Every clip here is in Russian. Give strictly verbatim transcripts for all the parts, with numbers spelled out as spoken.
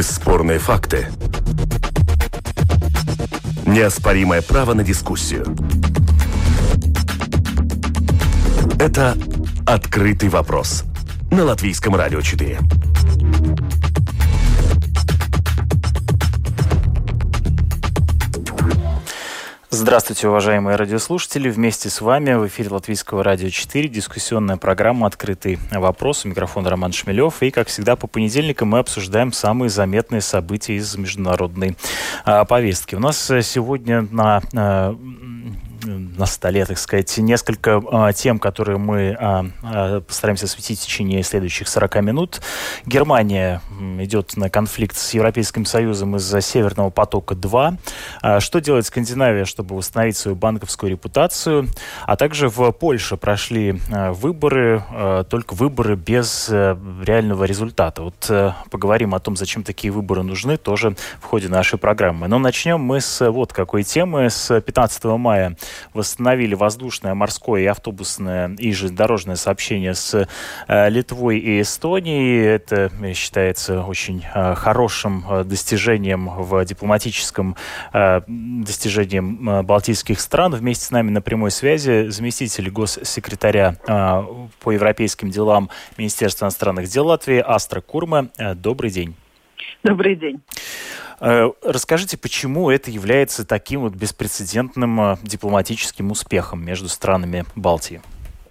Бесспорные факты. Неоспоримое право на дискуссию. Это «Открытый вопрос» на Латвийском радио четыре. Здравствуйте, уважаемые радиослушатели. Вместе с вами в эфире Латвийского радио четыре дискуссионная программа «Открытый вопрос». У микрофона Роман Шмелев. И, как всегда, по понедельникам мы обсуждаем самые заметные события из международной а, повестки. У нас сегодня на... А, на столе, так сказать, несколько а, тем, которые мы а, а, постараемся осветить в течение следующих сорока минут. Германия идет на конфликт с Европейским Союзом из-за Северного потока-два. А, что делает Скандинавия, чтобы восстановить свою банковскую репутацию? А также в Польше прошли а, выборы, а, только выборы без а, реального результата. Вот а, поговорим о том, зачем такие выборы нужны, тоже в ходе нашей программы. Но начнем мы с вот какой темы. С пятнадцатого мая восстановили воздушное, морское и автобусное и железнодорожное сообщение с э, Литвой и Эстонией. Это считается очень э, хорошим э, достижением в дипломатическом э, достижением э, балтийских стран. Вместе с нами на прямой связи заместитель госсекретаря э, по европейским делам Министерства иностранных дел Латвии Астра Курма. Э, добрый день. Добрый день. Расскажите, почему это является таким вот беспрецедентным дипломатическим успехом между странами Балтии?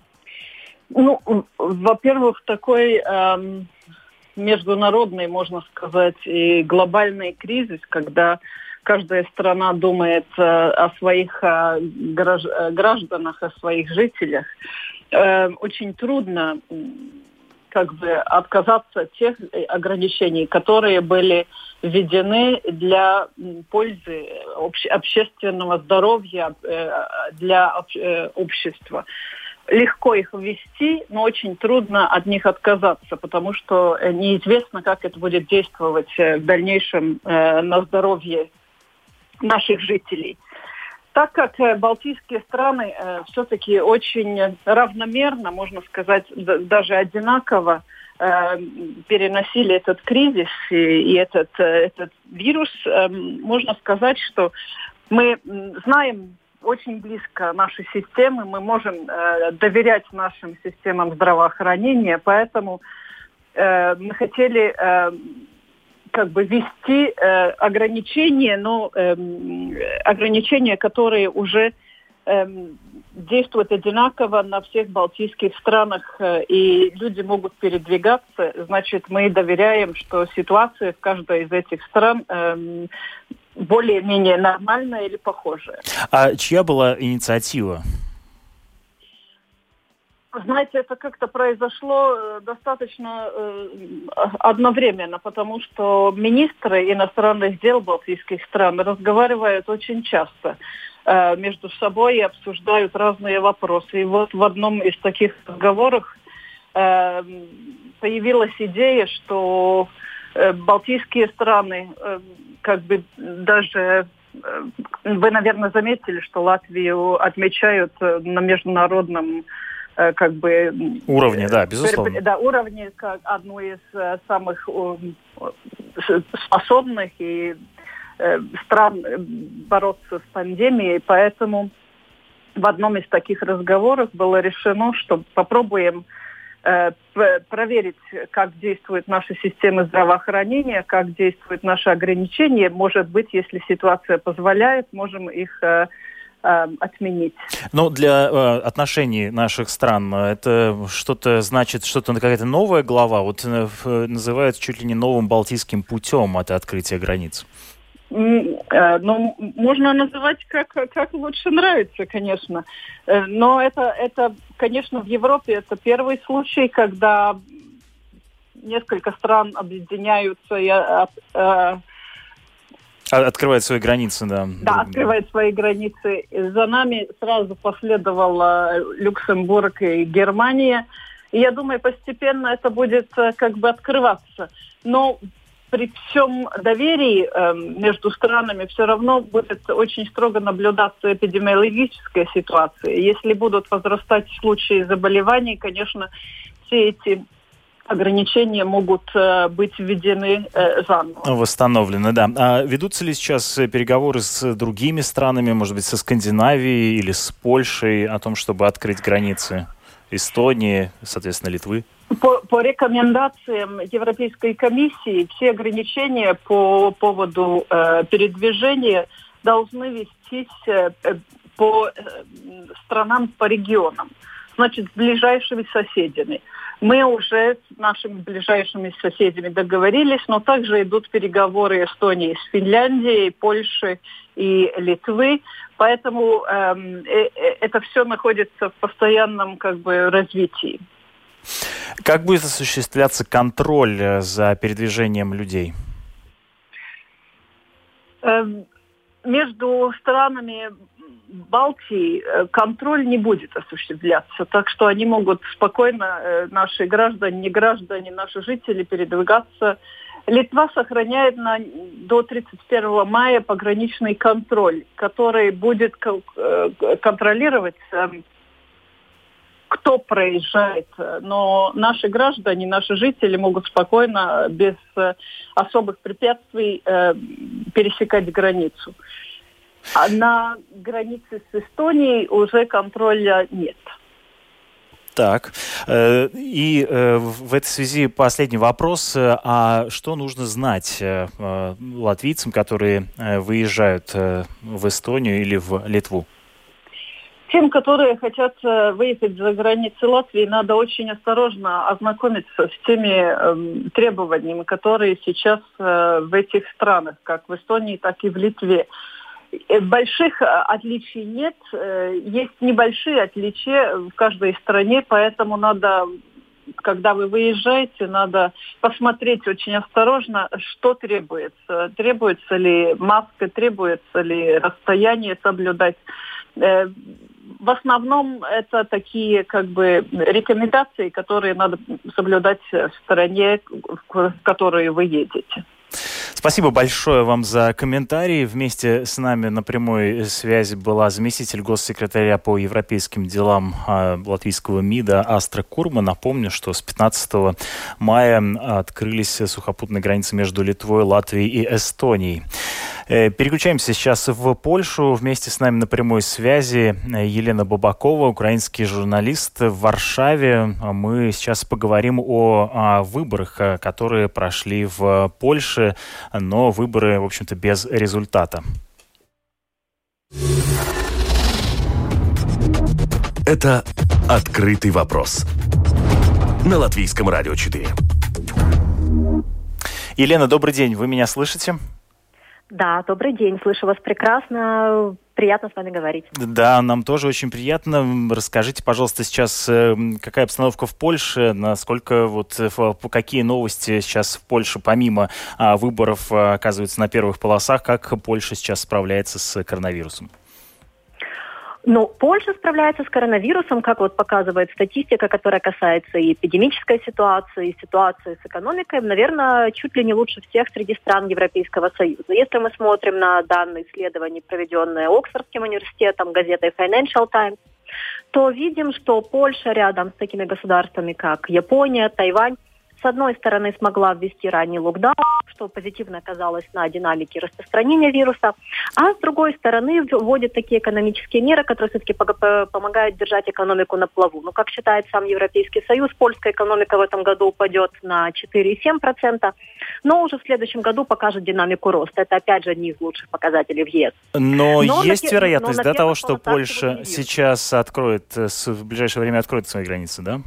Ну, во-первых, такой эм, международный, можно сказать, и глобальный кризис, когда каждая страна думает э, о своих э, гражданах, о своих жителях, э, очень трудно как бы отказаться от тех ограничений, которые были введены для пользы обще- общественного здоровья, э, для обще- общества. Легко их ввести, но очень трудно от них отказаться, потому что неизвестно, как это будет действовать в дальнейшем э, на здоровье наших жителей. Так как э, балтийские страны э, все-таки очень равномерно, можно сказать, д- даже одинаково э, переносили этот кризис и, и этот, э, этот вирус, э, можно сказать, что мы знаем очень близко наши системы, мы можем э, доверять нашим системам здравоохранения, поэтому э, мы хотели... Э, как бы ввести э, ограничения, но э, ограничения, которые уже э, действуют одинаково на всех балтийских странах, э, и люди могут передвигаться. Значит, мы доверяем, что ситуация в каждой из этих стран э, более-менее нормальная или похожая. А чья была инициатива? Знаете, это как-то произошло достаточно э, одновременно, потому что министры иностранных дел балтийских стран разговаривают очень часто э, между собой и обсуждают разные вопросы. И вот в одном из таких разговоров э, появилась идея, что э, балтийские страны, э, как бы даже... Э, вы, наверное, заметили, что Латвию отмечают на международном как бы уровне, да, безусловно. Да, уровне как одну из самых способных и стран бороться с пандемией, поэтому в одном из таких разговоров было решено, что попробуем э, проверить, как действуют наши системы здравоохранения, как действуют наши ограничения. Может быть, если ситуация позволяет, можем их э, отменить. Но для э, отношений наших стран это что-то значит, что-то какая-то новая глава, вот э, называют чуть ли не новым Балтийским путем это открытие границ. Mm, э, ну, можно называть как, как лучше нравится, конечно. Э, но это, это, конечно, в Европе это первый случай, когда несколько стран объединяются и э, э, Открывает свои границы, да. Да, открывает свои границы. За нами сразу последовала Люксембург и Германия. И я думаю, постепенно это будет как бы открываться. Но при всем доверии э, между странами все равно будет очень строго наблюдаться эпидемиологическая ситуация. Если будут возрастать случаи заболеваний, конечно, все эти ограничения могут э, быть введены э, заново. Восстановлены, да. А ведутся ли сейчас переговоры с другими странами, может быть, со Скандинавией или с Польшей о том, чтобы открыть границы Эстонии, соответственно, Литвы? По, по рекомендациям Европейской комиссии все ограничения по поводу э, передвижения должны вестись э, по э, странам, по регионам. Значит, с ближайшими соседями. Мы уже с нашими ближайшими соседями договорились, но также идут переговоры Эстонии с Финляндией, Польшей и Литвы. Поэтому э, э, это все находится в постоянном как бы развитии. Как будет осуществляться контроль за передвижением людей? Э, между странами Балтии контроль не будет осуществляться, так что они могут спокойно, наши граждане, не граждане, наши жители, передвигаться. Литва сохраняет на, до тридцать первого мая пограничный контроль, который будет контролировать, кто проезжает. Но наши граждане, наши жители могут спокойно, без особых препятствий пересекать границу. А на границе с Эстонией уже контроля нет. Так, и в этой связи последний вопрос. А что нужно знать латвийцам, которые выезжают в Эстонию или в Литву? Тем, которые хотят выехать за границы Латвии, надо очень осторожно ознакомиться с теми э, требованиями, которые сейчас э, в этих странах, как в Эстонии, так и в Литве. Больших отличий нет, есть небольшие отличия в каждой стране, поэтому надо, когда вы выезжаете, надо посмотреть очень осторожно, что требуется. Требуется ли маска, требуется ли расстояние соблюдать. В основном это такие как бы рекомендации, которые надо соблюдать в стране, в которую вы едете. Спасибо большое вам за комментарии. Вместе с нами на прямой связи была заместитель госсекретаря по европейским делам э, латвийского МИДа Астра Курма. Напомню, что с пятнадцатого мая открылись сухопутные границы между Литвой, Латвией и Эстонией. Э, переключаемся сейчас в Польшу. Вместе с нами на прямой связи Елена Бабакова, украинский журналист в Варшаве. Мы сейчас поговорим о, о выборах, которые прошли в Польше, но выборы, в общем-то, без результата. Это «Открытый вопрос» на Латвийском радио четыре. Елена, добрый день. Вы меня слышите? Да, добрый день. Слышу вас прекрасно. Приятно с вами говорить. Да, нам тоже очень приятно. Расскажите, пожалуйста, сейчас какая обстановка в Польше, насколько вот какие новости сейчас в Польше помимо а, выборов оказываются на первых полосах, как Польша сейчас справляется с коронавирусом? Ну, Польша справляется с коронавирусом, как вот показывает статистика, которая касается и эпидемической ситуации, и ситуации с экономикой, наверное, чуть ли не лучше всех среди стран Европейского Союза. Если мы смотрим на данные исследования, проведенные Оксфордским университетом, газетой Financial Times, то видим, что Польша рядом с такими государствами, как Япония, Тайвань, с одной стороны, смогла ввести ранний локдаун, что позитивно оказалось на динамике распространения вируса, а с другой стороны вводит такие экономические меры, которые все-таки помогают держать экономику на плаву. Ну, как считает сам Европейский Союз, польская экономика в этом году упадет на четыре целых семь десятых процента, но уже в следующем году покажет динамику роста. Это, опять же, одни из лучших показателей в ЕС. Но, но есть на, вероятность но да, того, что Польша сейчас откроет, в ближайшее время откроет свои границы, да?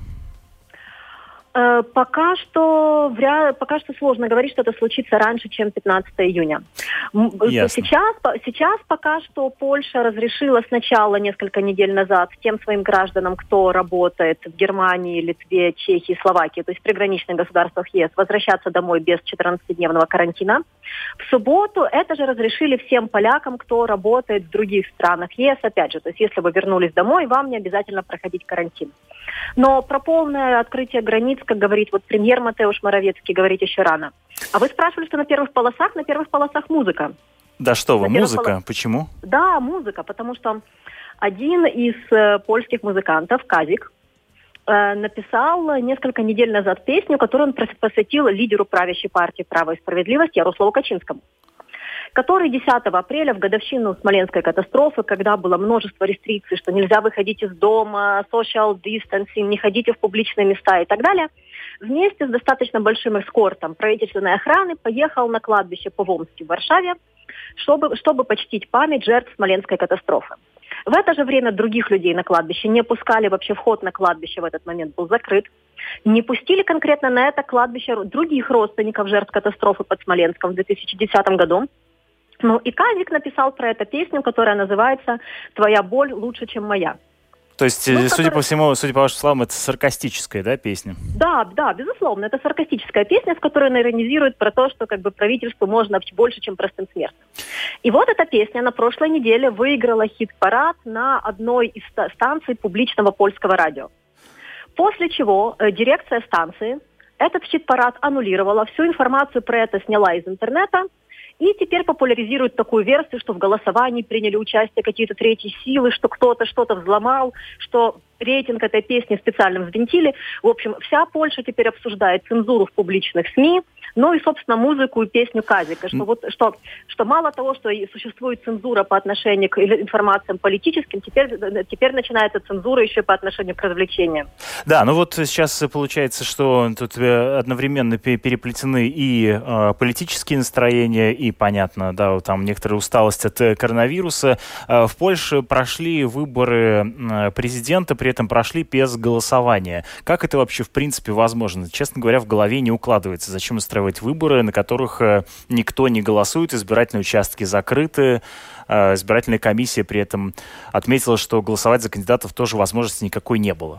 Пока что, пока что сложно говорить, что это случится раньше, чем пятнадцатого июня. Сейчас, сейчас пока что Польша разрешила сначала, несколько недель назад, тем своим гражданам, кто работает в Германии, Литве, Чехии, Словакии, то есть в приграничных государствах ЕС, возвращаться домой без четырнадцатидневного карантина. В субботу это же разрешили всем полякам, кто работает в других странах ЕС, опять же, то есть если вы вернулись домой, вам не обязательно проходить карантин. Но про полное открытие границ, как говорит вот премьер Матеуш Моровецкий, говорить еще рано. А вы спрашивали, что на первых полосах? На первых полосах музыка. Да что вы, музыка? Полос... Почему? Да, музыка, потому что один из э, польских музыкантов, Казик, написал несколько недель назад песню, которую он посвятил лидеру правящей партии «Право и справедливость» Ярославу Качинскому, который десятого апреля, в годовщину Смоленской катастрофы, когда было множество рестрикций, что нельзя выходить из дома, social distancing, не ходите в публичные места и так далее, вместе с достаточно большим эскортом правительственной охраны поехал на кладбище Повомский в Варшаве, чтобы, чтобы почтить память жертв Смоленской катастрофы. В это же время других людей на кладбище не пускали, вообще вход на кладбище в этот момент был закрыт. Не пустили конкретно на это кладбище других родственников жертв катастрофы под Смоленском в две тысячи десятом году. Ну и Казик написал про эту песню, которая называется «Твоя боль лучше, чем моя». То есть, ну, судя который... по всему, судя по вашим словам, это саркастическая, да, песня? Да, да, безусловно, это саркастическая песня, в которой он иронизирует про то, что как бы правительству можно больше, чем простым смертным. И вот эта песня на прошлой неделе выиграла хит-парад на одной из станций публичного польского радио. После чего э, дирекция станции этот хит-парад аннулировала, всю информацию про это сняла из интернета, и теперь популяризируют такую версию, что в голосовании приняли участие какие-то третьи силы, что кто-то что-то взломал, что рейтинг этой песни специально взвинтили. В общем, вся Польша теперь обсуждает цензуру в публичных СМИ, ну и, собственно, музыку и песню Казика. Что, вот, что, что мало того, что существует цензура по отношению к информациям политическим, теперь, теперь начинается цензура еще и по отношению к развлечениям. Да, ну вот сейчас получается, что тут одновременно переплетены и э, политические настроения, и, понятно, да, там некоторая усталость от коронавируса. Э, в Польше прошли выборы э, президента, при этом прошли без голосования. Как это вообще в принципе возможно? Честно говоря, в голове не укладывается. Зачем устраивать выборы, на которых э, никто не голосует, избирательные участки закрыты, э, избирательная комиссия при этом отметила, что голосовать за кандидатов тоже возможности никакой не было?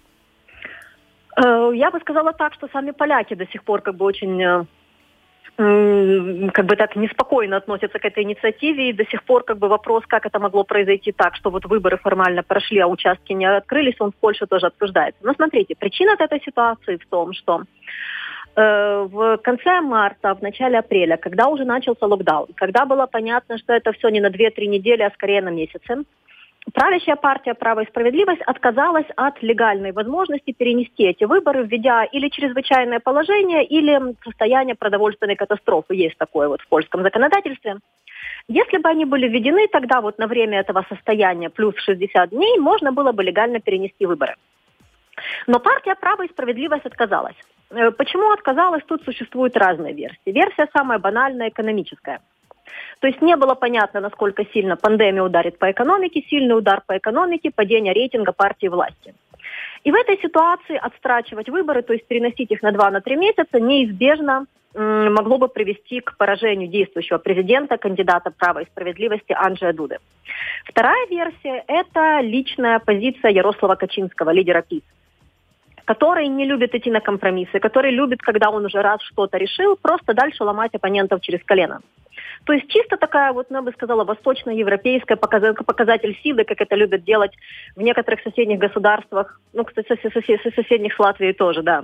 Я бы сказала так, что сами поляки до сих пор как бы очень как бы так неспокойно относятся к этой инициативе, и до сих пор как бы вопрос, как это могло произойти так, что вот выборы формально прошли, а участки не открылись, он в Польше тоже обсуждается. Но смотрите, причина этой ситуации в том, что э, в конце марта, в начале апреля, когда уже начался локдаун, когда было понятно, что это все не на две-три недели, а скорее на месяцы, правящая партия «Право и справедливость» отказалась от легальной возможности перенести эти выборы, введя или чрезвычайное положение, или состояние продовольственной катастрофы. Есть такое вот в польском законодательстве. Если бы они были введены, тогда вот на время этого состояния плюс шестьдесят дней можно было бы легально перенести выборы. Но партия «Право и справедливость» отказалась. Почему отказалась? Тут существуют разные версии. Версия самая банальная, экономическая. То есть не было понятно, насколько сильно пандемия ударит по экономике, сильный удар по экономике, падение рейтинга партии власти. И в этой ситуации отстрачивать выборы, то есть переносить их на два-три месяца, неизбежно м, могло бы привести к поражению действующего президента, кандидата «Права и справедливости» Анджея Дуды. Вторая версия – это личная позиция Ярослава Качинского, лидера ПиС, который не любит идти на компромиссы, который любит, когда он уже раз что-то решил, просто дальше ломать оппонентов через колено. То есть чисто такая, вот, я бы сказала, восточноевропейская показатель силы, как это любят делать в некоторых соседних государствах, ну, кстати, соседних с Латвией тоже, да.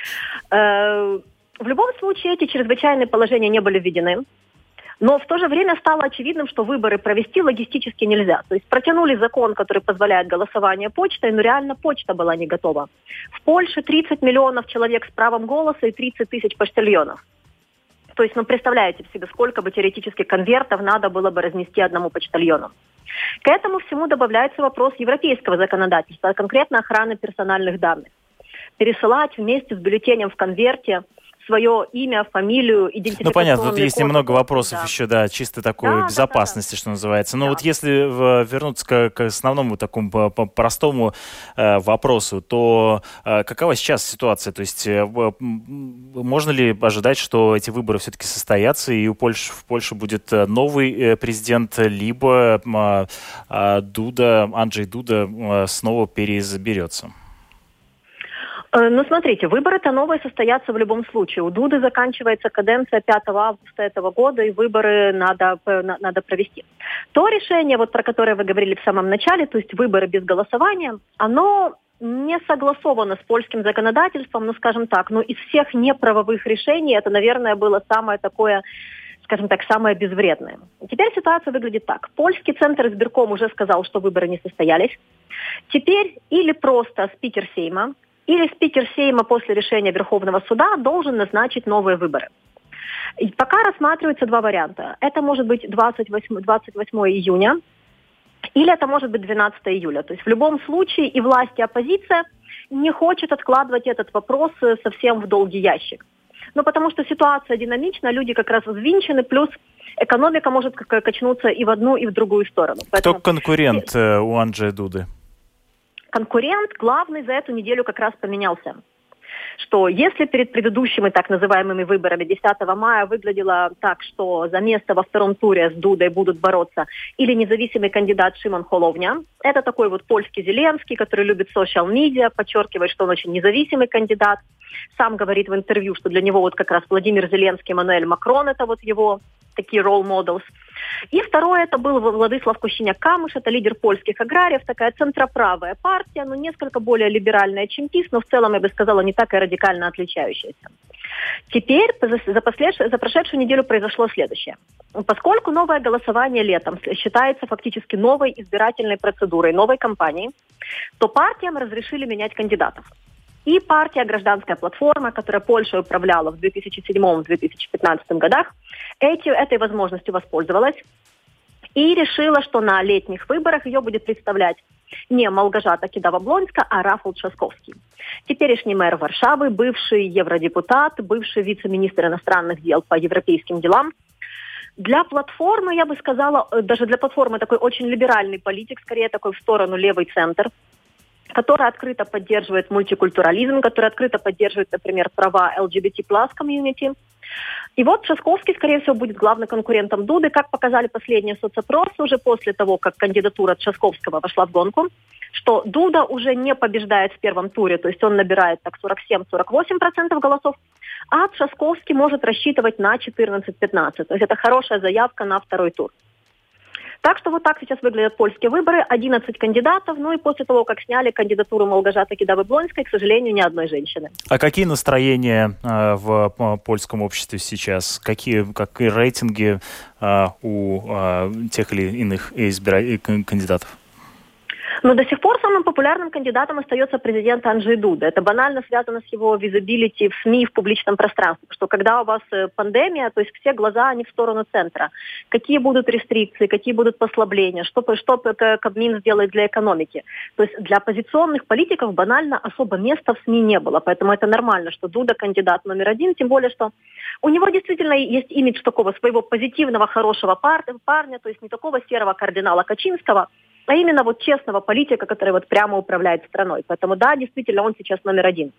В любом случае эти чрезвычайные положения не были введены, но в то же время стало очевидным, что выборы провести логистически нельзя. То есть протянули закон, который позволяет голосование почтой, но реально почта была не готова. В Польше тридцать миллионов человек с правом голоса и тридцать тысяч почтальонов. То есть, ну, представляете себе, сколько бы теоретически конвертов надо было бы разнести одному почтальону. К этому всему добавляется вопрос европейского законодательства, а конкретно охраны персональных данных. Пересылать вместе с бюллетенем в конверте свое имя, фамилию, идентификационный Ну, понятно, тут есть код, немного вопросов да. еще, да, чисто такой да, безопасности, да, да, да. что называется. Но да. вот если в, вернуться к, к основному такому по, по простому э, вопросу, то э, какова сейчас ситуация? То есть э, можно ли ожидать, что эти выборы все-таки состоятся, и у Польши, в Польше будет новый э, президент, либо э, э, Дуда, Анджей Дуда э, снова переизберется? Ну, смотрите, выборы-то новые состоятся в любом случае. У Дуды заканчивается каденция пятого августа этого года, и выборы надо, надо провести. То решение, вот про которое вы говорили в самом начале, то есть выборы без голосования, оно не согласовано с польским законодательством, ну, скажем так, но из всех неправовых решений это, наверное, было самое такое, скажем так, самое безвредное. Теперь ситуация выглядит так. Польский центр избирком уже сказал, что выборы не состоялись. Теперь или просто спикер Сейма или спикер Сейма после решения Верховного суда должен назначить новые выборы. И пока рассматриваются два варианта. Это может быть двадцать восьмого июня, или это может быть двенадцатого июля. То есть в любом случае и власть, и оппозиция не хочет откладывать этот вопрос совсем в долгий ящик. Ну, потому что ситуация динамична, люди как раз взвинчены, плюс экономика может качнуться и в одну, и в другую сторону. Поэтому... Кто конкурент у Анджея Дуды? Конкурент главный за эту неделю как раз поменялся. Что если перед предыдущими так называемыми выборами десятого мая выглядело так, что за место во втором туре с Дудой будут бороться или независимый кандидат Шимон Холовня, это такой вот польский Зеленский, который любит социал-медиа, подчеркивает, что он очень независимый кандидат, сам говорит в интервью, что для него вот как раз Владимир Зеленский, Эммануэль Макрон, это вот его такие role models. И второе, это был Владислав Косиняк-Камыш, это лидер польских аграриев, такая центроправая партия, но несколько более либеральная, чем ПиС, но в целом, я бы сказала, не так и радикально отличающаяся. Теперь за, послед... за прошедшую неделю произошло следующее. Поскольку новое голосование летом считается фактически новой избирательной процедурой, новой кампанией, то партиям разрешили менять кандидатов. И партия «Гражданская платформа», которая Польшей управляла в две тысячи седьмом - две тысячи пятнадцатом годах, эти, этой возможностью воспользовалась и решила, что на летних выборах ее будет представлять не Малгожата Кидава-Блонска, а Рафал Трzaskowski. Теперешний мэр Варшавы, бывший евродепутат, бывший вице-министр иностранных дел по европейским делам. Для платформы, я бы сказала, даже для платформы такой очень либеральный политик, скорее такой в сторону левый центр, который открыто поддерживает мультикультурализм, который открыто поддерживает, например, права эл джи би ти плюс комьюнити. И вот Трzaskowski, скорее всего, будет главным конкурентом Дуды, как показали последние соцопросы уже после того, как кандидатура Трzaskowskiego вошла в гонку, что Дуда уже не побеждает в первом туре, то есть он набирает так сорок семь - сорок восемь процентов голосов, а Трzaskowski может рассчитывать на четырнадцать - пятнадцать. То есть это хорошая заявка на второй тур. Так что вот так сейчас выглядят польские выборы. одиннадцать кандидатов, ну и после того, как сняли кандидатуру Малгожаты Кидавы-Блонской, к сожалению, ни одной женщины. А какие настроения э, в э, польском обществе сейчас? Какие, какие рейтинги э, у э, тех или иных избира... кандидатов? Но до сих пор самым популярным кандидатом остается президент Анджей Дуда. Это банально связано с его визибилити в СМИ, в публичном пространстве. Что когда у вас пандемия, то есть все глаза, они в сторону центра. Какие будут рестрикции, какие будут послабления, что, что Кабмин сделает для экономики. То есть для оппозиционных политиков банально особо места в СМИ не было. Поэтому это нормально, что Дуда кандидат номер один. Тем более, что у него действительно есть имидж такого своего позитивного, хорошего парня, то есть не такого серого кардинала Качинского, а именно вот честного политика, который вот прямо управляет страной. Поэтому да, действительно, он сейчас номер один.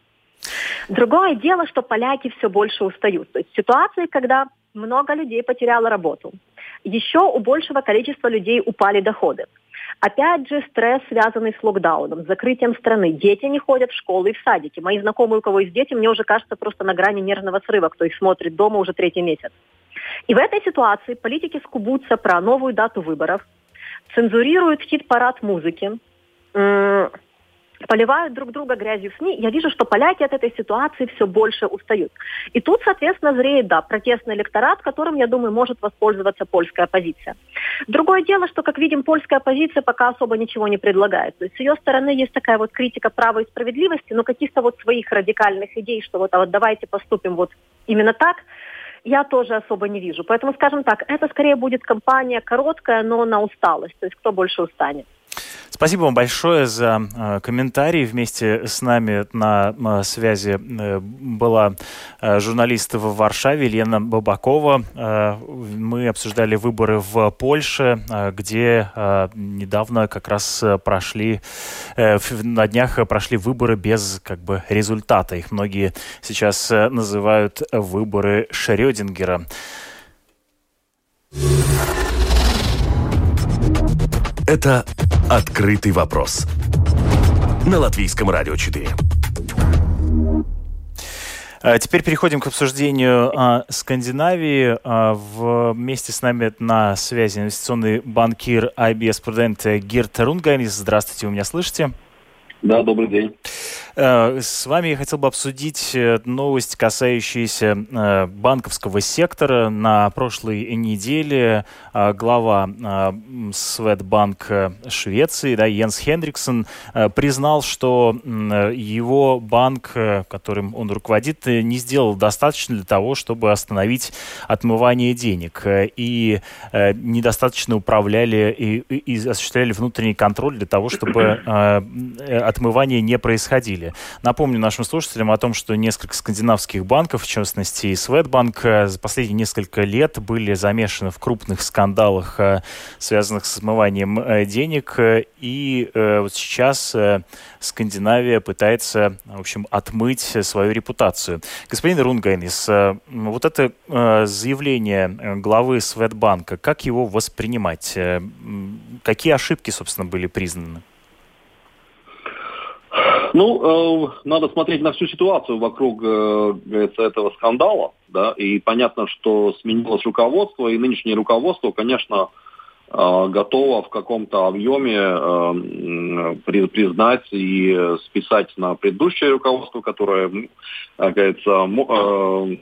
Другое дело, что поляки все больше устают. То есть ситуации, когда много людей потеряло работу. Еще у большего количества людей упали доходы. Опять же, стресс, связанный с локдауном, с закрытием страны. Дети не ходят в школу и в садики. Мои знакомые, у кого есть дети, мне уже кажется просто на грани нервного срыва, кто их смотрит дома уже третий месяц. И в этой ситуации политики скубутся про новую дату выборов, цензурируют хит-парад музыки, м- поливают друг друга грязью в СМИ. Я вижу, что поляки от этой ситуации все больше устают. И тут, соответственно, зреет, да, протестный электорат, которым, я думаю, может воспользоваться польская оппозиция. Другое дело, что, как видим, польская оппозиция пока особо ничего не предлагает. То есть с ее стороны есть такая вот критика права и справедливости, но каких-то вот своих радикальных идей, что вот, а вот давайте поступим вот именно так, я тоже особо не вижу. Поэтому, скажем так, это скорее будет кампания короткая, но на усталость. То есть кто больше устанет. Спасибо вам большое за э, комментарий. Вместе с нами на э, связи э, была э, журналист в Варшаве Елена Бабакова. Э, мы обсуждали выборы в Польше, э, где э, недавно как раз прошли, э, на днях прошли выборы без как бы результата. Их многие сейчас э, называют выборы Шрёдингера. Это «Открытый вопрос» на Латвийском радио четыре. Теперь переходим к обсуждению а, Скандинавии. А, вместе с нами на связи инвестиционный банкир ай би эс Prudent Гирт Рунгайнис. Здравствуйте, вы меня слышите? Да, добрый день. С вами я хотел бы обсудить новость, касающуюся банковского сектора. На прошлой неделе глава Swedbank Швеции, да, Йенс Хендриксон, признал, что его банк, которым он руководит, не сделал достаточно для того, чтобы остановить отмывание денег. И недостаточно управляли и, и осуществляли внутренний контроль для того, чтобы отмывания не происходили. Напомню нашим слушателям о том, что несколько скандинавских банков, в частности и Swedbank, за последние несколько лет были замешаны в крупных скандалах, связанных с отмыванием денег. И вот сейчас Скандинавия пытается, в общем, отмыть свою репутацию. Господин Рунгайнис, вот это заявление главы Swedbank, как его воспринимать? Какие ошибки, собственно, были признаны? Ну, э, надо смотреть на всю ситуацию вокруг э, этого скандала, да, и понятно, что сменилось руководство, и нынешнее руководство, конечно, э, готово в каком-то объеме э, при, признать и списать на предыдущее руководство, которое, как говорится, э,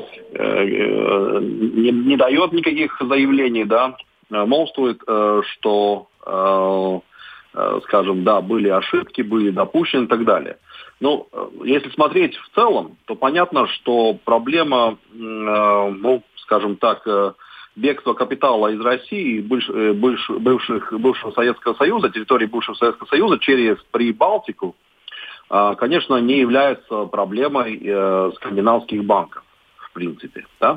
э, не, не дает никаких заявлений, да, молвствует, э, что э, скажем, да, были ошибки, были допущены и так далее. Но если смотреть в целом, то понятно, что проблема, ну, скажем так, бегства капитала из России, бывших, бывших, бывшего Советского Союза, территории бывшего Советского Союза через Прибалтику, конечно, не является проблемой скандинавских банков, в принципе. Да?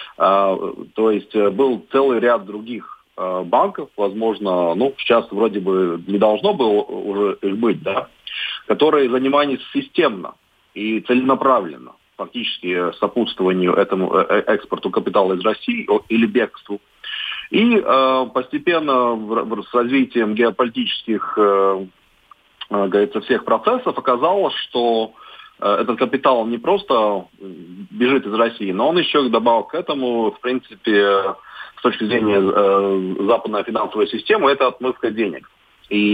То есть был целый ряд других банков, возможно, ну, сейчас вроде бы не должно было уже их быть, да, которые занимались системно и целенаправленно фактически сопутствованию этому экспорту капитала из России или бегству. И э, постепенно в, в, с развитием геополитических, э, говорится, всех процессов оказалось, что э, этот капитал не просто бежит из России, но он еще добавил к этому, в принципе, с точки зрения э, западной финансовой системы, это отмывка денег. И,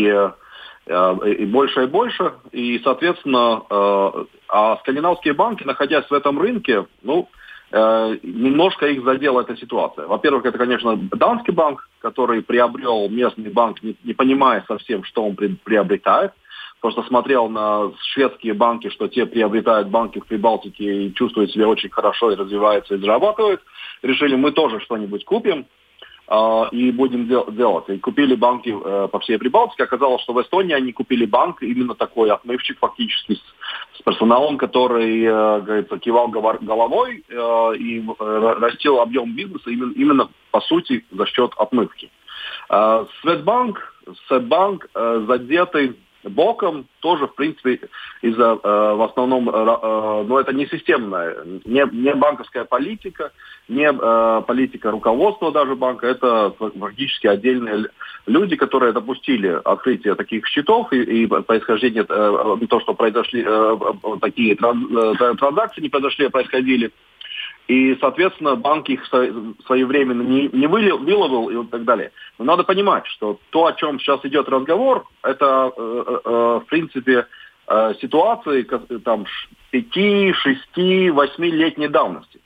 э, и больше и больше. И, соответственно, э, а скандинавские банки, находясь в этом рынке, ну, э, немножко их задела эта ситуация. Во-первых, это, конечно, Данский банк, который приобрел местный банк, не, не понимая совсем, что он при, приобретает. Просто смотрел на шведские банки, что те приобретают банки в Прибалтике и чувствуют себя очень хорошо, и развиваются, и зарабатывают. Решили, мы тоже что-нибудь купим э, и будем дел- делать. И купили банки э, по всей Прибалтике. Оказалось, что в Эстонии они купили банк, именно такой отмывщик фактически, с, с персоналом, который, э, говорится, кивал головой э, и э, растил объем бизнеса именно, именно, по сути, за счет отмывки. Э, Swedbank, Swedbank э, задетый боком тоже, в принципе, из-за, э, в основном, э, ну, это не системная, не, не банковская политика, не э, политика руководства даже банка, это фактически отдельные люди, которые допустили открытие таких счетов и, и происхождение, э, то, что произошли, э, такие транз, э, транзакции не произошли, а происходили. И, соответственно, банк их своевременно не, не выловил и так далее. Но надо понимать, что то, о чем сейчас идет разговор, это, э, э, в принципе, э, ситуации там, пяти, шести, восьмилетней давности.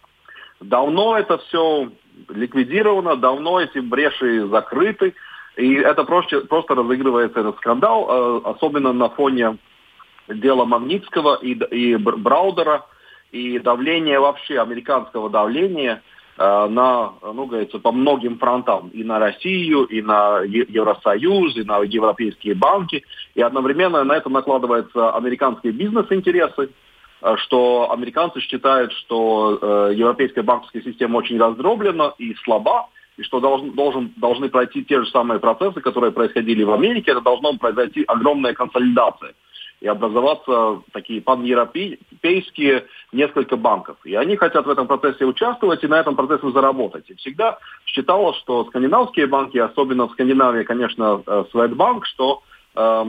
Давно это все ликвидировано, давно эти бреши закрыты. И это просто, просто разыгрывается этот скандал, э, особенно на фоне дела Магнитского и, и Браудера, и давление вообще, американского давления э, на, ну, говорится, по многим фронтам. И на Россию, и на Евросоюз, и на европейские банки. И одновременно на это накладываются американские бизнес-интересы, э, что американцы считают, что э, европейская банковская система очень раздроблена и слаба, и что должен, должен, должны пройти те же самые процессы, которые происходили в Америке. Это должно произойти огромная консолидация и образоваться такие паневропейские несколько банков. И они хотят в этом процессе участвовать и на этом процессе заработать. И всегда считалось, что скандинавские банки, особенно в Скандинавии, конечно, Swedbank, что э,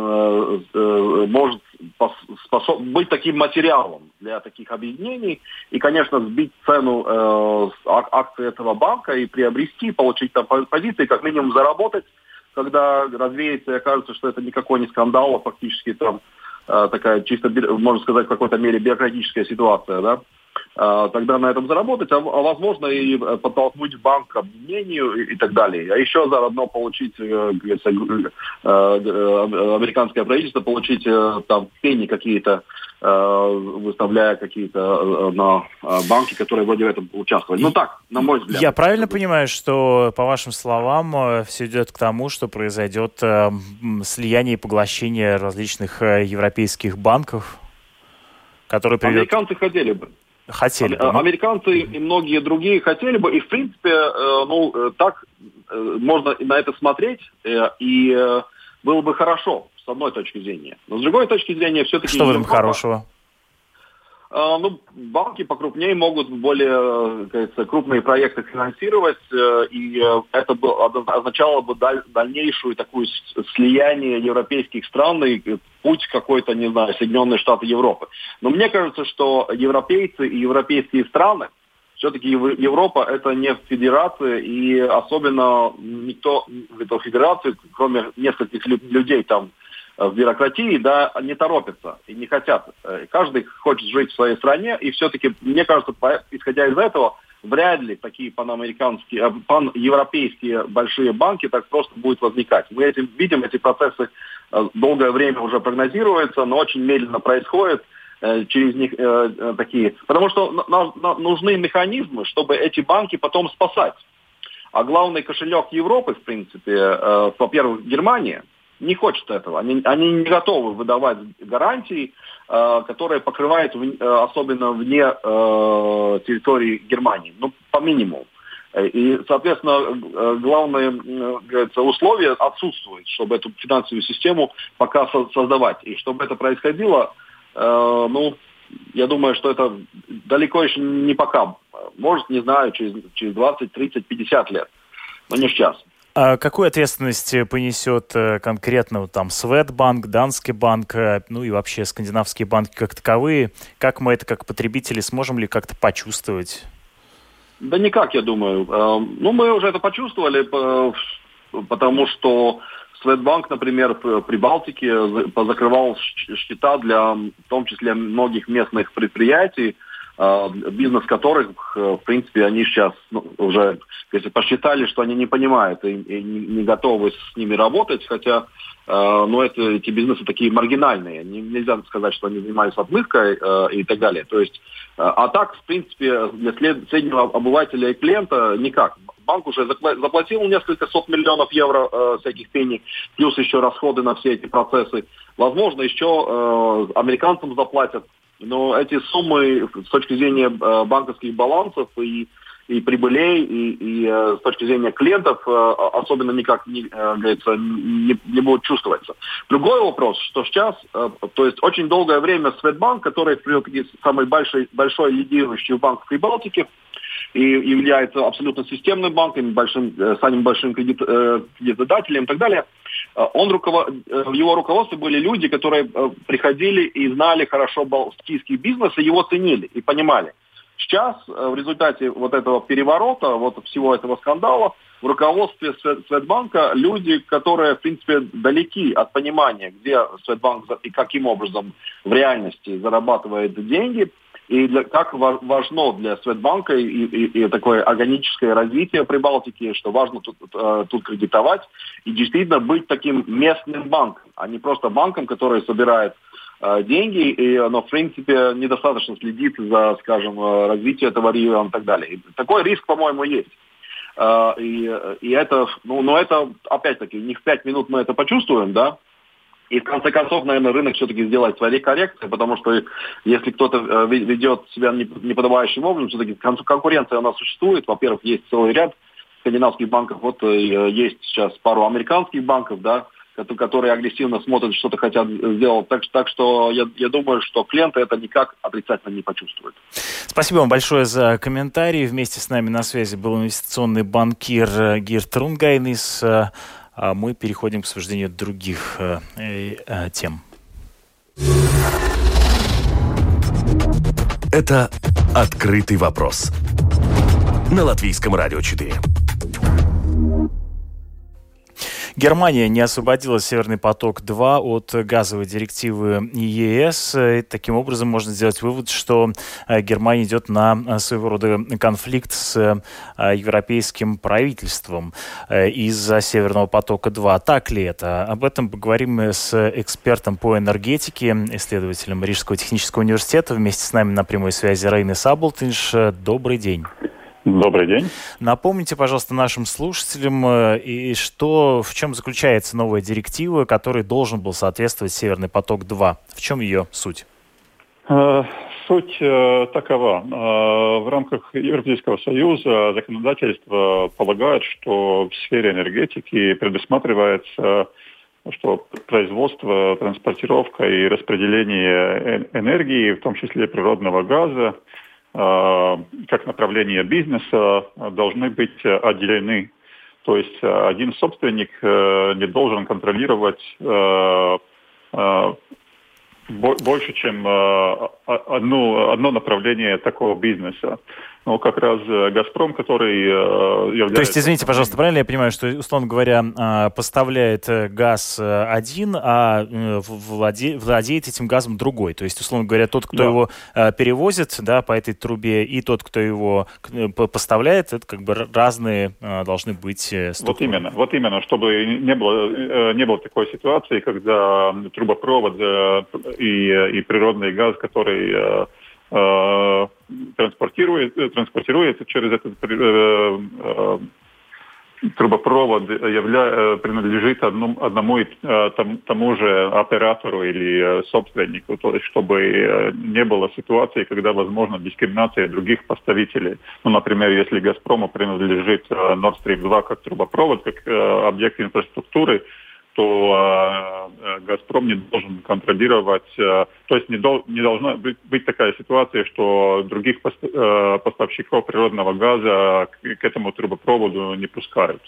э, может способ, быть таким материалом для таких объединений и, конечно, сбить цену э, акций этого банка и приобрести, получить там позиции, как минимум заработать когда развеется и окажется, что это никакой не скандал, а фактически там такая чисто, можно сказать, в какой-то мере бюрократическая ситуация, да, тогда на этом заработать, а, а возможно и подтолкнуть банк к объединению и, и так далее. А еще заодно получить, говорится, американское правительство, получить там пени какие-то, выставляя какие-то на банки, которые вроде в этом участвовали. Ну так, на мой взгляд. Я правильно понимаю, что, по вашим словам, все идет к тому, что произойдет слияние и поглощение различных европейских банков, которые приведут... Американцы хотели бы. Хотели бы. Американцы и многие другие хотели бы, и в принципе, ну, так можно на это смотреть, и было бы хорошо, с одной точки зрения. Но с другой точки зрения, все-таки... Что в этом хорошего? Ну, банки покрупнее могут более, как говорится, крупные проекты финансировать, и это бы означало бы дальнейшую такую слияние европейских стран и путь какой-то, не знаю, Соединенные Штаты Европы. Но мне кажется, что европейцы и европейские страны, все-таки Европа это не федерация, и особенно никто в эту федерацию, кроме нескольких людей там, в бюрократии, да, не торопятся и не хотят. Каждый хочет жить в своей стране, и все-таки, мне кажется, исходя из этого, вряд ли такие панамериканские, паневропейские большие банки так просто будут возникать. Мы этим видим, эти процессы долгое время уже прогнозируются, но очень медленно происходит через них э, такие. Потому что на, на, нужны механизмы, чтобы эти банки потом спасать. А главный кошелек Европы, в принципе, э, во-первых, Германия, не хочет этого. Они, они не готовы выдавать гарантии, э, которые покрывают в, э, особенно вне э, территории Германии. Ну, по минимуму. И, соответственно, главное, говорится, условие отсутствует, чтобы эту финансовую систему пока создавать. И чтобы это происходило, э, ну, я думаю, что это далеко еще не пока. Может, не знаю, через, через двадцать, тридцать, пятьдесят лет, но не сейчас. А какую ответственность понесет конкретно там Светбанк, Данский банк, ну и вообще скандинавские банки как таковые? Как мы это как потребители сможем ли как-то почувствовать? Да никак, я думаю. Ну, мы уже это почувствовали, потому что Светбанк, например, при Балтике позакрывал счета для, в том числе, многих местных предприятий, бизнес которых, в принципе, они сейчас ну, уже если посчитали, что они не понимают и, и не готовы с ними работать, хотя э, ну, это, эти бизнесы такие маргинальные. Не, нельзя сказать, что они занимаются отмывкой э, и так далее. То есть, э, а так, в принципе, для след, среднего обывателя и клиента никак. Банк уже заплатил несколько сот миллионов евро э, всяких пений, плюс еще расходы на все эти процессы. Возможно, еще э, американцам заплатят. Но эти суммы с точки зрения э, банковских балансов и, и прибылей, и, и э, с точки зрения клиентов э, особенно никак не, э, говорится, не, не будут чувствоваться. Другой вопрос, что сейчас, э, то есть очень долгое время Светбанк, который самый большой, большой лидирующий банк в Прибалтике, и является абсолютно системным банком, большим, самым большим кредит, э, кредитодателем и так далее, он, руковод... в его руководстве были люди, которые приходили и знали хорошо балтийский бизнес, и его ценили и понимали. Сейчас в результате вот этого переворота, вот всего этого скандала, в руководстве Светбанка люди, которые, в принципе, далеки от понимания, где Светбанк и каким образом в реальности зарабатывает деньги, и для, как важно для Светбанка и, и, и такое органическое развитие Прибалтики, что важно тут, тут кредитовать и действительно быть таким местным банком, а не просто банком, который собирает э, деньги, и, но в принципе недостаточно следит за, скажем, развитием этого региона и так далее. И такой риск, по-моему, есть. Э, и, и это, ну, но это, опять-таки, не в пять минут мы это почувствуем, да. И в конце концов, наверное, рынок все-таки сделает свои коррекции, потому что если кто-то ведет себя неподобающим образом, все-таки конкуренция у нас существует. Во-первых, есть целый ряд скандинавских банков, вот есть сейчас пару американских банков, да, которые агрессивно смотрят, что-то хотят сделать. Так, так что я, я думаю, что клиенты это никак отрицательно не почувствуют. Спасибо вам большое за комментарий. Вместе с нами на связи был инвестиционный банкир Гирт Рунгайнис. А мы переходим к обсуждению других э, э, тем. Это «Открытый вопрос» на Латвийском радио четыре. Германия не освободила «Северный поток-два» от газовой директивы ЕС. И таким образом можно сделать вывод, что Германия идет на своего рода конфликт с европейским правительством из-за «Северного потока-два». Так ли это? Об этом поговорим с экспертом по энергетике, исследователем Рижского технического университета. Вместе с нами на прямой связи Рейнис Саболтинш. Добрый день. Добрый день. Напомните, пожалуйста, нашим слушателям, и что, в чем заключается новая директива, которой должен был соответствовать «Северный поток-два». В чем ее суть? Суть такова. В рамках Европейского Союза законодательство полагает, что в сфере энергетики предусматривается, что производство, транспортировка и распределение энергии, в том числе природного газа, как направление бизнеса, должны быть отделены. То есть один собственник не должен контролировать больше, чем одно, одно направление такого бизнеса. Но как раз «Газпром», который является... То есть, извините, пожалуйста, правильно я понимаю, что, условно говоря, поставляет газ один, а владе... владеет этим газом другой? То есть, условно говоря, тот, кто да. его перевозит, да, по этой трубе, и тот, кто его поставляет, это как бы разные должны быть структуры. Вот именно, вот именно, чтобы не было, не было такой ситуации, когда трубопровод и, и природный газ, который... транспортирует, транспортирует через этот э, э, трубопровод, явля, принадлежит одному, одному и тому, тому же оператору или собственнику, то есть чтобы не было ситуации, когда возможна дискриминация других поставителей. Ну, например, если «Газпрому» принадлежит Nord Stream два как трубопровод, как объект инфраструктуры, то э, «Газпром» не должен контролировать, э, то есть не, дол, не должна быть, быть такая ситуация, что других пост, э, поставщиков природного газа к, к этому трубопроводу не пускают.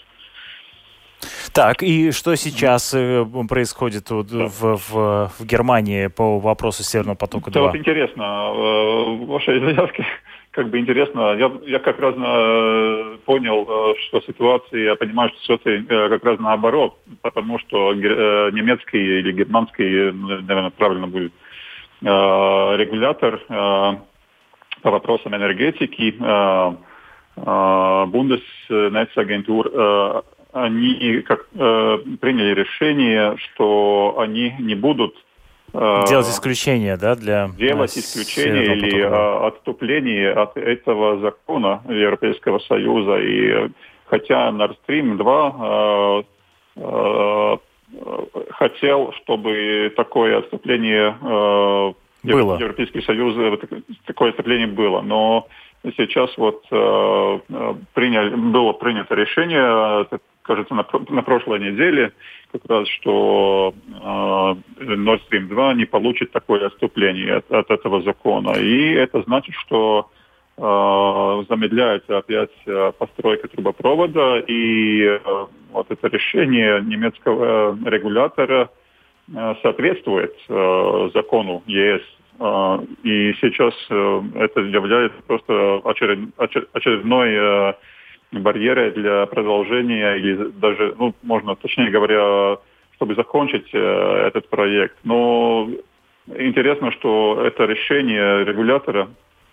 Так, и что сейчас э, происходит вот, да. в, в, в Германии по вопросу «Северного потока-два»? Да, вот интересно, э, ваши заявки, как бы интересно, я, я как раз э, понял, э, что ситуация, я понимаю, что ситуация э, как раз наоборот, потому что э, немецкий или германский, наверное, правильно будет, э, регулятор э, по вопросам энергетики, э, э, Bundesnetzagentur, э, они как, э, приняли решение, что они не будут э, делать исключение, да, для делать исключение или э, отступление от этого закона Европейского Союза. И хотя Nord Stream два э, э, хотел, чтобы такое отступление э, было. Европейский Союз, такое отступление было, но сейчас вот э, приняли, было принято решение, кажется, на, на прошлой неделе, как раз, что э, Nord Stream два не получит такое отступление от, от этого закона. И это значит, что э, замедляется опять постройка трубопровода, и э, вот это решение немецкого регулятора э, соответствует э, закону ЕС. Э, и сейчас э, это является просто очеред, очер, очередной э, барьеры для продолжения или даже, ну, можно, точнее говоря, чтобы закончить э, этот проект. Но интересно, что это решение регулятора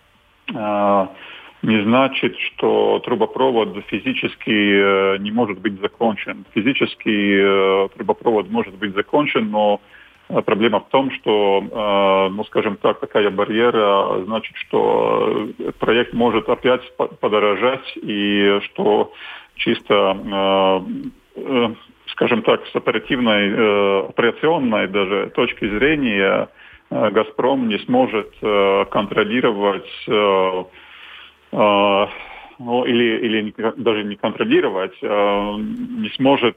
э, не значит, что трубопровод физически э, не может быть закончен. Физически э, трубопровод может быть закончен, но проблема в том, что, ну, скажем так, такая барьера значит, что проект может опять подорожать, и что чисто, скажем так, с оперативной, операционной даже точки зрения «Газпром» не сможет контролировать, ну, или, или даже не контролировать, не сможет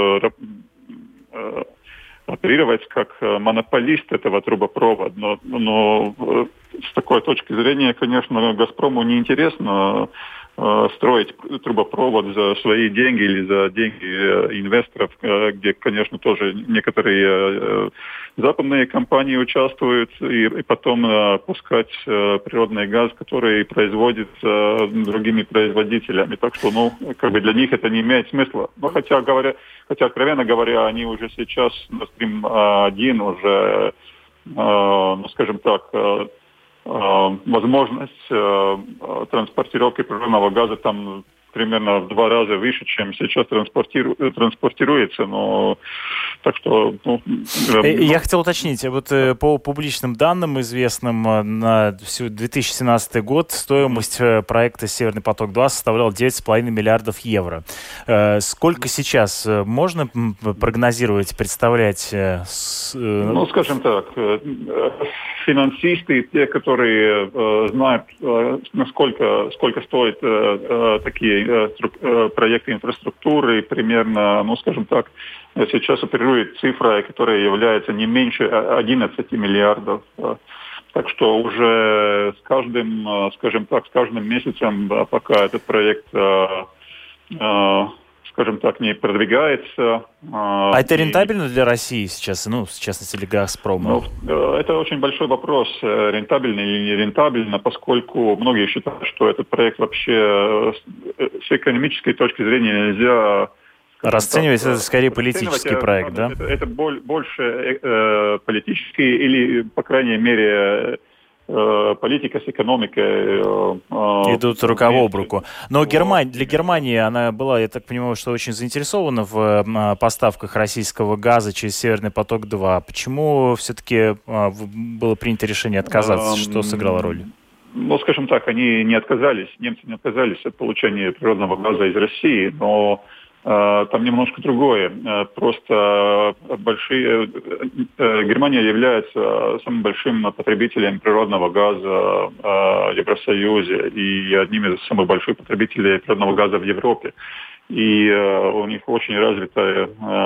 оперировать как монополист этого трубопровода. Но, но с такой точки зрения, конечно, «Газпрому» неинтересно строить трубопровод за свои деньги или за деньги инвесторов, где, конечно, тоже некоторые западные компании участвуют, и, и потом пускать природный газ, который производится другими производителями. Так что, ну, как бы для них это не имеет смысла. Но хотя, говоря, хотя откровенно говоря, они уже сейчас на стрим один уже, ну, скажем так, возможность э, транспортировки природного газа там примерно в два раза выше, чем сейчас транспортиру, транспортируется, но так что... Ну, э, Я хотел уточнить, вот э, по публичным данным известным, э, на всю две тысячи семнадцатый год стоимость э, проекта «Северный поток-два» составляла девять с половиной миллиардов евро. Э, сколько сейчас э, можно прогнозировать, представлять? Э, с, э... Ну, скажем так, э, финансисты, те, которые э, знают, э, насколько сколько стоят э, э, такие э, струк, э, проекты инфраструктуры, примерно, ну, скажем так, сейчас оперирует цифра, которая является не меньше одиннадцати миллиардов. Так что уже с каждым, скажем так, с каждым месяцем, пока этот проект, скажем так, не продвигается. А это рентабельно для России сейчас, ну, в частности, для «Газпрома»? Ну, это очень большой вопрос, рентабельно или не рентабельно, поскольку многие считают, что этот проект вообще с экономической точки зрения нельзя... Расценивать это скорее политический проект, да? Это, это больше э, политический или, по крайней мере, э, политика с экономикой. Э, Идут рука об руку. Но Германия, для Германии она была, я так понимаю, что очень заинтересована в э, поставках российского газа через «Северный поток-два». Почему все-таки э, было принято решение отказаться? Что сыграло роль? Ну, скажем так, они не отказались, немцы не отказались от получения природного газа из России, но там немножко другое. Просто большие... Германия является самым большим потребителем природного газа в Евросоюзе и одним из самых больших потребителей природного газа в Европе. И у них очень развитое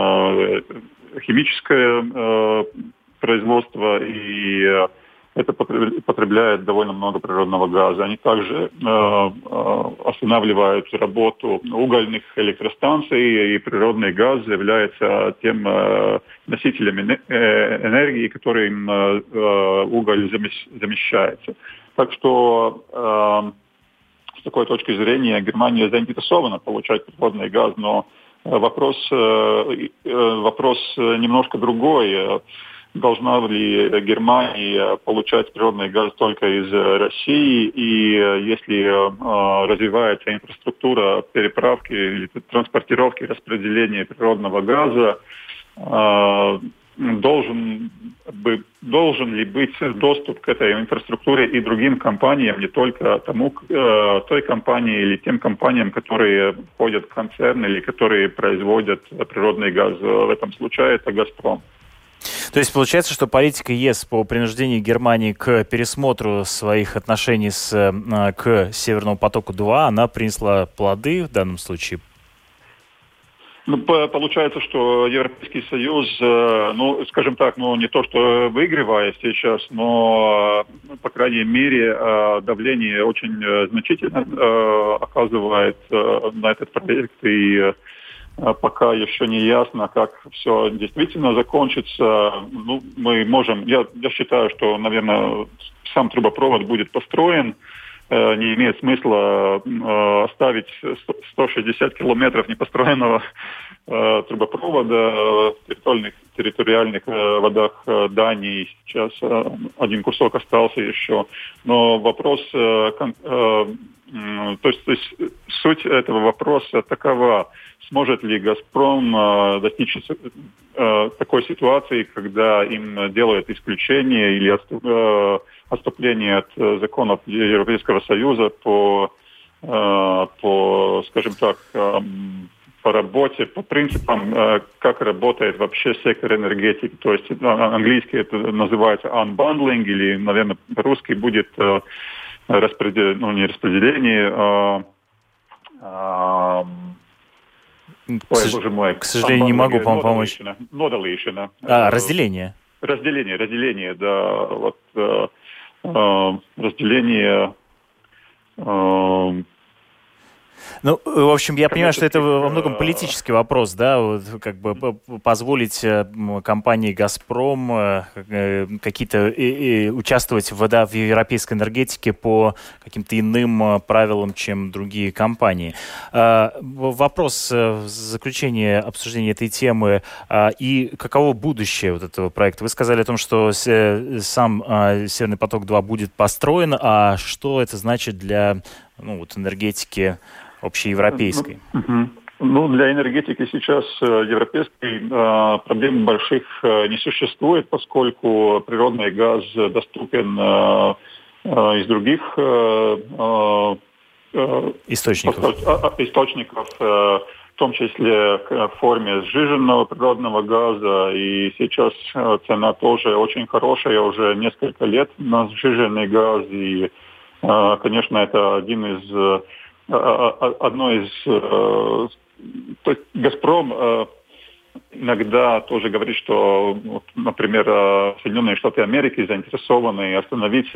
химическое производство, и это потребляет довольно много природного газа. Они также э, останавливают работу угольных электростанций, и природный газ является тем э, носителем энергии, которым э, уголь замещается. Так что э, с такой точки зрения Германия заинтересована получать природный газ, но вопрос, э, вопрос немножко другой. Должна ли Германия получать природный газ только из России, и если э, развивается инфраструктура переправки или транспортировки, распределения природного газа, э, должен, бы, должен ли быть доступ к этой инфраструктуре и другим компаниям, не только тому, э, той компании или тем компаниям, которые входят в концерн или которые производят природный газ. В этом случае это «Газпром». То есть получается, что политика ЕС по принуждению Германии к пересмотру своих отношений с, к «Северному потоку-два», она принесла плоды в данном случае? Ну, получается, что Европейский Союз, ну, скажем так, ну, не то что выигрывает сейчас, но, по крайней мере, давление очень значительно оказывает на этот проект, и пока еще не ясно, как все действительно закончится. Ну, мы можем, я, я считаю, что, наверное, сам трубопровод будет построен. Э, не имеет смысла э, оставить сто шестьдесят километров непостроенного э, трубопровода в территориальных, территориальных э, водах э, Дании. Сейчас э, один кусок остался еще. Но вопрос... Э, э, То есть, то есть суть этого вопроса такова: сможет ли «Газпром» э, достичь э, такой ситуации, когда им делают исключение или отступ, э, отступление от э, законов Европейского Союза по, э, по, скажем так, э, по работе, по принципам, э, как работает вообще сектор энергетики. То есть э, английский это называется unbundling, или, наверное, по-русски будет... Э, Распределение, ну не распределение, а, а, ой, боже мой, к сожалению, не могу вам помочь. Нодалейшина. А, разделение. Разделение, разделение, да, вот а, разделение. А, Ну, в общем, я понимаю, что это во многом политический вопрос, да, вот, как бы позволить компании «Газпром» какие-то и, и участвовать в, да, в европейской энергетике по каким-то иным правилам, чем другие компании. Вопрос в заключение обсуждения этой темы и каково будущее вот этого проекта. Вы сказали о том, что сам «Северный поток-два» будет построен, а что это значит для, ну, вот, энергетики общеевропейской? Ну, ну, для энергетики сейчас европейской э, проблем больших э, не существует, поскольку природный газ доступен э, э, из других э, э, источников, источников э, в том числе в форме сжиженного природного газа. И сейчас э, цена тоже очень хорошая, уже несколько лет на сжиженный газ. И, э, конечно, это один из Одно из... То есть «Газпром» иногда тоже говорит, что, вот, например, Соединенные Штаты Америки заинтересованы остановить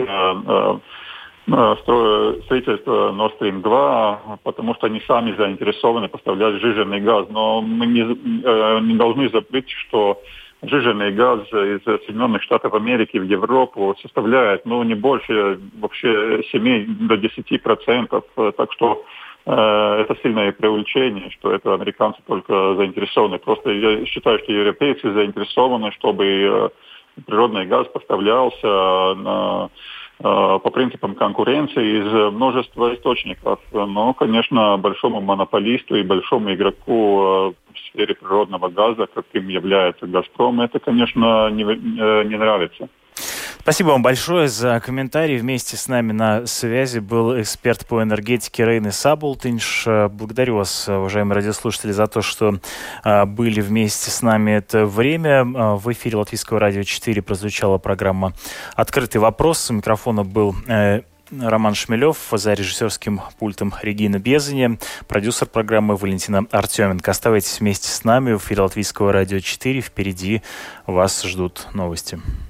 строительство Nord Stream два, потому что они сами заинтересованы поставлять сжиженный газ. Но мы не, не должны забыть, что сжиженный газ из Соединенных Штатов Америки в Европу составляет, ну, не больше вообще семь до десяти процентов. Так что э, это сильное преувеличение, что это американцы только заинтересованы. Просто я считаю, что европейцы заинтересованы, чтобы э, природный газ поставлялся на, э, по принципам конкуренции из множества источников. Но, конечно, большому монополисту и большому игроку э, в сфере природного газа, каким является «Газпром», это, конечно, не, не нравится. Спасибо вам большое за комментарий. Вместе с нами на связи был эксперт по энергетике Рейнис Саболтинш. Благодарю вас, уважаемые радиослушатели, за то, что а, были вместе с нами это время. А, в эфире Латвийского радио четыре прозвучала программа «Открытый вопрос». У микрофона был э, Роман Шмелев, за режиссерским пультом Регина Безаня, продюсер программы Валентина Артеменко. Оставайтесь вместе с нами в эфире Латвийского радио четыре. Впереди вас ждут новости.